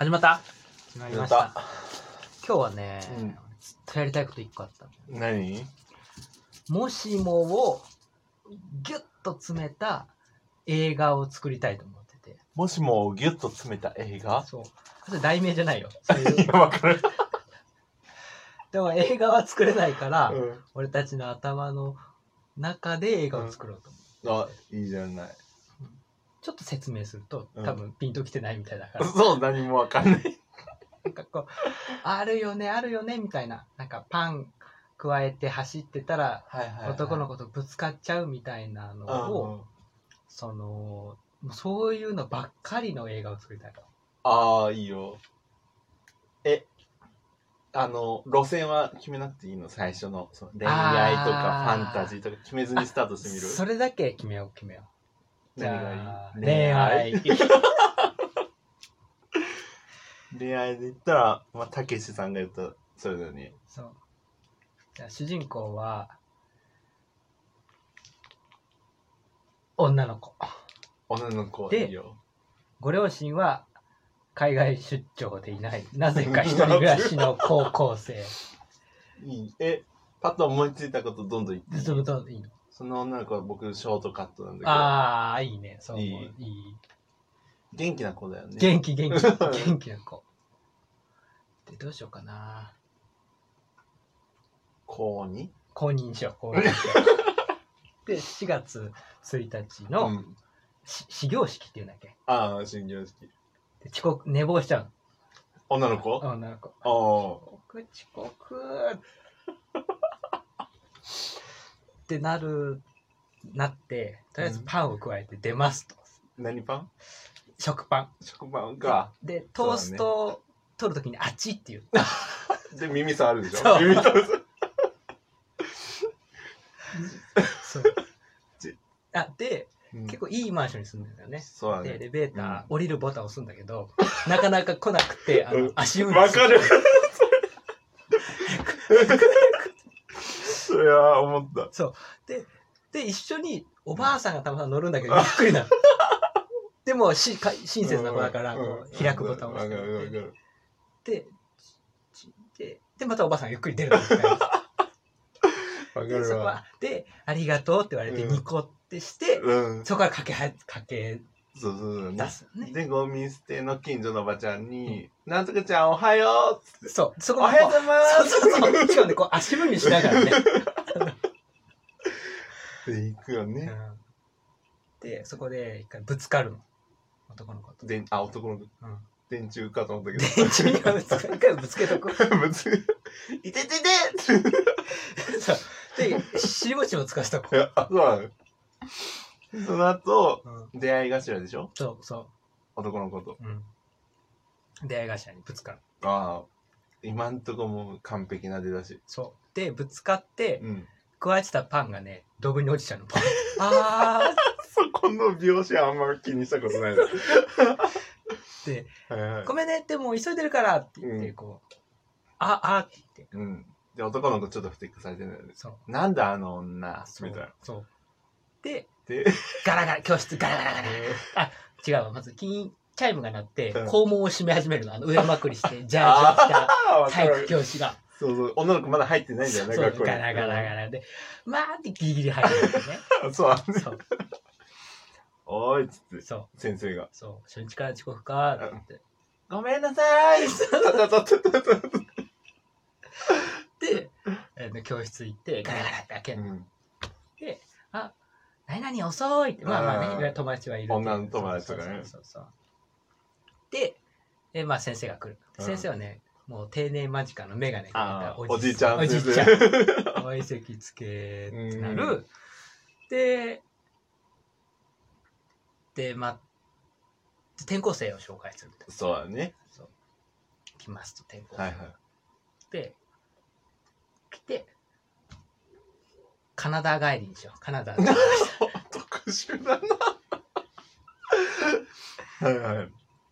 始まった始まりました。今日はね、ずっとやりたいこと1個あった。 何？ もしもをギュッと詰めた映画を作りたいと思ってて。 もしもをギュッと詰めた映画？ そう。それ題名じゃないよ。 いや、わかる。 でも映画は作れないから、俺たちの頭の中で映画を作ろうと思う。 あ、いいじゃない。 ちょっと説明すると、多分ピンときてないみたいだから。 そう、何もわかんない。 なんかこう、あるよね、あるよね、みたいな。なんかパン加えて走ってたら、男の子とぶつかっちゃうみたいなのを、そういうのばっかりの映画を作りたいと。 ああ、いいよ。路線は決めなくていいの？最初のその恋愛とかファンタジーとか決めずにスタートしてみる？ それだけ決めよう。 何がいい？ 恋愛。 恋愛で言ったら、たけしさんが言ったそれだよね。 そう。じゃあ主人公は女の子。 いいよ。 ご両親は海外出張でいない、なぜか一人暮らしの高校生。 いい。パッと思いついたことどんどん言っていい？ どんどんいいの。 その女の子は僕ショートカットなんだけど。 ああ、いいね。そういい。 元気な子だよね。 元気な子。でどうしようかな。 高2 にしよう。で4月1日の、始業式っていうんだっけ？ ああ、始業式。 で寝坊しちゃうの。 女の子。 遅刻ってなって、とりあえずパンを加えて出ますと。 何パン？ 食パンか。 でトーストを取るときにあっちって言う。 で耳触るでしょ。 そうで、結構いいマンションに住んでるんだよね。 そうだね。 でエレベーター降りるボタンを押すんだけど、なかなか来なくて足踏み。 わかる。それは思った。 そうで一緒におばあさんがたまたま乗るんだけどゆっくりなの。でも親切な子だから開くボタンを押してでまたおばあさんがゆっくり出るみたいな。 わかるわ。 でありがとうって言われてニコってして、そこからかけそう出すね。 でゴミ捨ての近所のおばちゃんに「なんとかちゃんおはよう」っつって「 そこおはようございます」 そうしかもね足踏みしながらねで行くよね。 でそこで一回ぶつかるの、男の子と。 男の子。電柱かと思ったけど。 電柱に一回ぶつけとく。 いてててそうで尻餅もつかしとこ。 そうなの。その後、出会い頭でしょ。 そう男の子と、 出会い頭にぶつかる。 今んとこもう完璧な出だし。 そうでぶつかって、加えてたパンがねドブに落ちちゃうの。 そこの描写あんま気にしたことないで、ごめんねでも急いでるからって言ってこう、って言って、 で男の子ちょっとふてくされてるんだよね。なんだあの女みたいな。でガラガラ教室ガラガラガラ。違うわ。まずチャイムが鳴って校門を閉め始めるの。上まくりしてジャージを着た体育教師が。 そう女の子まだ入ってないんだよね。学校にガラガラガラでってギリギリ入るんだよね。 そうおーいっつって先生が初日から遅刻かって。 ごめんなさい。 で教室行ってガラガラって開けるの。で何々遅いって友達はいる。 女の友達とかね。 で先生が来る。先生はねもう定年間近の眼鏡かけたおじいちゃん。 お席つけってなる。で転校生を紹介する。 そうだね。 来ますと転校生。で来てカナダ帰りにしよう。カナダ特殊だな。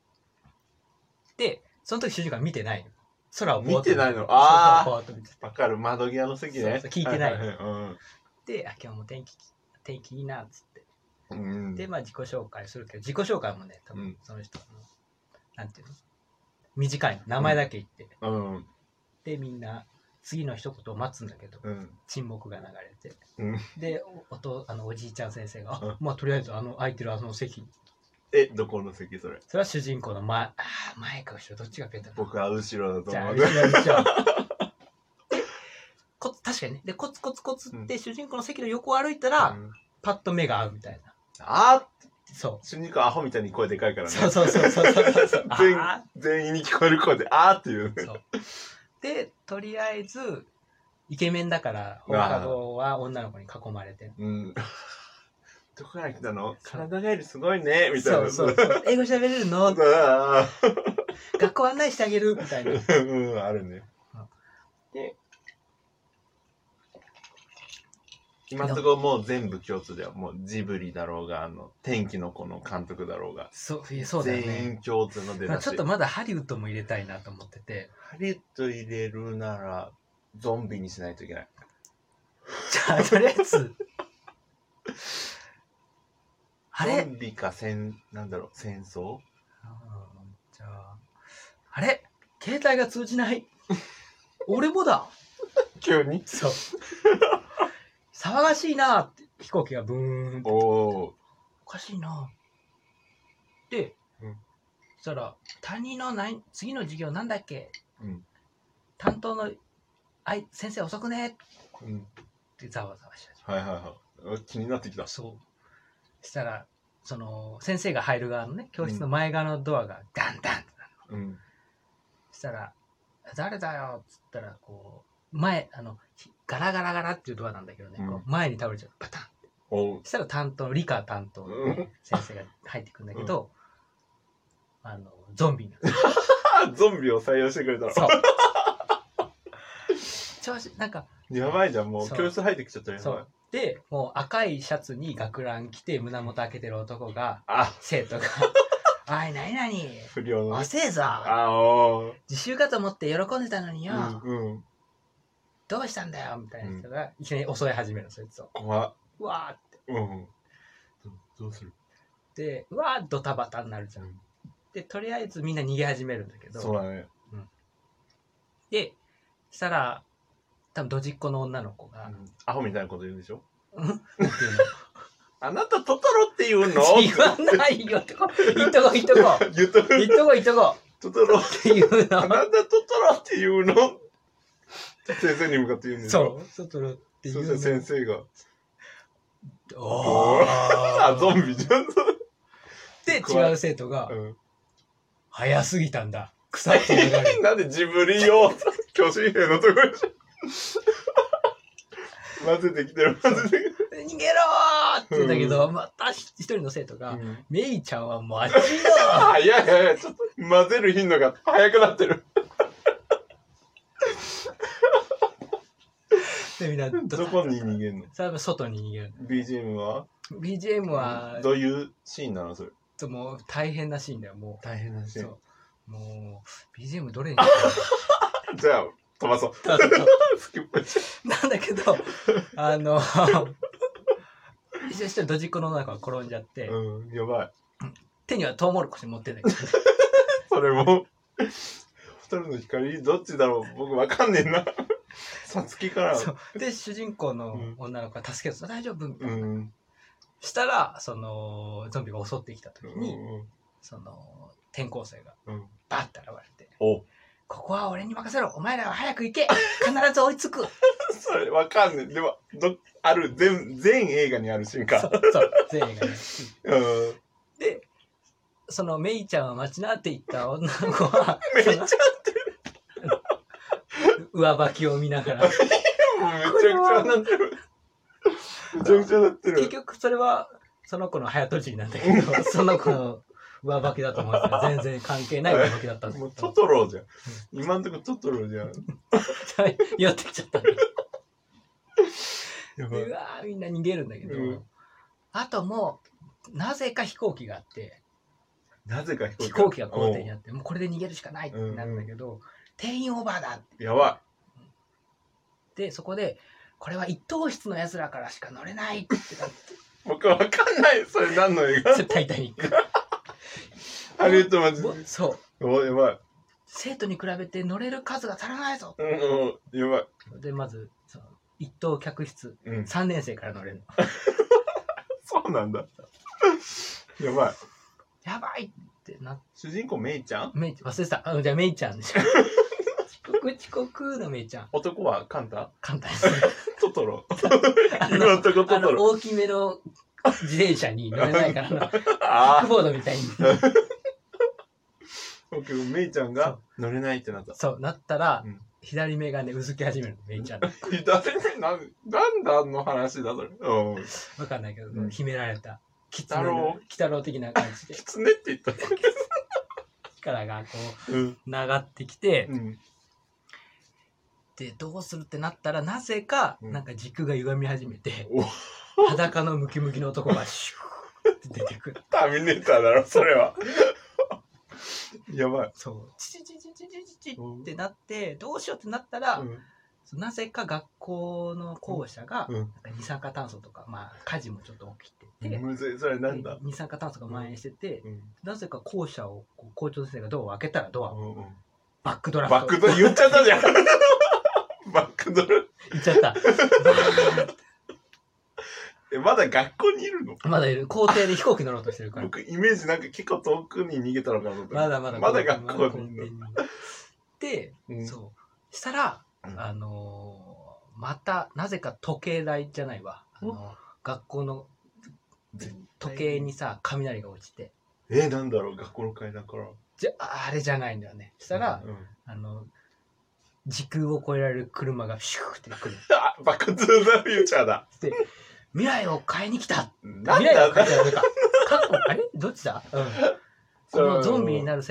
でその時主人公は見てないの。空を見てないの。 わかる。窓際の席ね。 聞いてない。で今日も天気いいなっつって。で自己紹介するけど自己紹介もね多分その人なんていうの短い名前だけ言って、 うん。 でみんな次の一言を待つんだけど、 うん。 沈黙が流れて、 うん。 でおじいちゃん先生が、 うんまあとりあえず空いてる席に。 どこの席それ？ それは主人公の前か後ろどっちがペンだろう。 僕は後ろだとじゃあ思う。 後ろ確かにね。でコツコツコツって主人公の席の横を歩いたら、パッと目が合うみたいな。そう。 主人公アホみたいに声でかいからね。 そう全員に聞こえる声であーっていうね。 そうでとりあえずイケメンだから放課後は女の子に囲まれて、 どこから来たの？体がよりすごいねみたいな。 そう英語喋れるの？学校案内してあげるみたいな。 あるね。 で今のところもう全部共通だよ。もうジブリだろうが天気の子の監督だろうが、 そうだよね。 全員共通の出だし。 ちょっとまだハリウッドも入れたいなと思ってて。 ハリウッド入れるならゾンビにしないといけない。 じゃあとりあえずあれ？ ゾンビかなんだろう、戦争？ じゃああれ？携帯が通じない。俺もだ。 急に？ そう。騒がしいなって飛行機がブーンって。おかしいな。で、そしたら担任の次の授業なんだっけ？担当の先生遅くねってざわざわし始めた。 気になってきた。 そうしたらその先生が入る側のね教室の前側のドアがダンダンってなるの。そしたら誰だよっつったらこう前ガラガラガラっていうドアなんだけどね、こう前に倒れちゃうパタンって。そしたら理科担当の先生が入ってくるんだけど、ゾンビになる。 ゾンビを採用してくれたの。 そう。なんかやばいじゃん、もう教室入ってきちゃったよ。 そうでもう赤いシャツに学ラン着て胸元開けてる男が生徒が「おい何々 不良の遅えぞ自習かと思って喜んでたのによ、どうしたんだよ」みたいな人がいきなり襲い始めるそいつを。 怖っ。 うわーって。 どうする？ でうわードタバタになるじゃん。でとりあえずみんな逃げ始めるんだけど。 そうだね。 でしたら多分ドジっ子の女の子が、 アホみたいなこと言うんでしょ？ なんていうの？ あなたトトロって言うの？ 言わないよって言っとこう。 トトロって言うの。 あなたトトロって言うの？先生に向かって言うんでしょ？ そう、トトロって言うの。 そして先生がゾンビじゃん。 で違う生徒が、早すぎたんだ。腐ってやがる。 なんでジブリ用巨神兵のところに混ぜてきてる。 逃げろーって言うんだけど、また一人の生徒が、メイちゃんはもうあっちよ。 いやちょっと混ぜる頻度が早くなってる。 でみんなどこに逃げるの？ それは外に逃げる。BGM はどういうシーンなのそれ？ もう大変なシーンだよ。もう大変なシーン。 そうもう BGM どれにじゃあ飛ばそう。スキップ。 なんだけど一緒にドジっ子の女の子が転んじゃって、 やばい。 手にはトウモロコシ持ってんだけどそれも二人の光どっちだろう、僕わかんねえな。さつきからで主人公の女の子が助けると大丈夫みたいな、したらそのゾンビが襲ってきた時に、その転校生がバッて現れて、ここは俺に任せろ、お前らは早く行け、必ず追いつく。 それわかんねえ。でもある全映画にあるシーンか。 そう全映画にでそのメイちゃんは待ちなって言った女の子はメイちゃんって上履きを見ながらめちゃくちゃなってる。めちゃくちゃなってる。 結局それはその子の早とちりなんだけど、その子の上履きだと思うんですよ。全然関係ない上履きだったんですけど。 もうトトロじゃん。今んとこトトロじゃん。 寄ってきちゃったね。うわーみんな逃げるんだけど、あともうなぜか飛行機があって、飛行機が校庭にあって、もうこれで逃げるしかないってなるんだけど、定員オーバーだって。 やばい。 でそこでこれは一等室のやつらからしか乗れないってなって。 僕わかんない。それ何の映画？ タイタニック。 ハリウッドマジで。 そう。 やばい。 生徒に比べて乗れる数が足らないぞ。 やばい。 で、まず、その一等客室、 うん。 3年生から乗れるの。 そうなんだ。やばい。 やばいってなっ主人公メイちゃん？ メイちゃん、忘れてた。じゃあメイちゃんでしょ。遅刻のメイちゃん。 男はカンタ？ 簡単ですね。 トトロ。 あ今のとこトトロ。 大きめの自転車に乗れないからな。キッあクボードみたいに。 あ。メイちゃんが乗れないってなった。 そう、なったら、 うん左目がね、うずき始めるの、メイちゃん。 左目なんだの話だそれ。うん。 わかんないけど、 うん秘められた。鬼鬼太郎的な感じで、 狐って言った。 力がこうん。 う、流ってきて、 うん。 で、どうするってなったら、なぜか、 うんなんか軸が歪み始めて、 お裸のムキムキの男がシューって出てくる。 ターミネーターだろ、それは。やばい。 そう、チチチチチチチチってなって、どうしようってなったら、 うん。 なぜか学校の校舎が、 うんなんか二酸化炭素とか、まあ、火事もちょっと起きてて、 むずい、それなんだ。 二酸化炭素が蔓延してて、 うん。 なぜか校舎をこう校長先生がドアを開けたらドアをうん。 バックドラフトバックドラ言っちゃったじゃん。バックドラ行っちゃった。 まだ学校にいるの？ まだいる。校庭で飛行機乗ろうとしてるから。 僕イメージなんか結構遠くに逃げたのかなと思った。 まだまだ。 まだ学校にいるの。 で、 うんそう。したら、 うんまた、なぜか時計台じゃないわ。学校の時計にさ、雷が落ちて。 なんだろう、学校の階段から。 あれじゃないんだよね。したら、 うん時空を超えられる車がシューって来る。 あ、バックトゥーザフューチャーだ。 で、未来を変えに来た。 なん未来をだ変えたらなんか、過去、あれどっちだこのゾンビになる世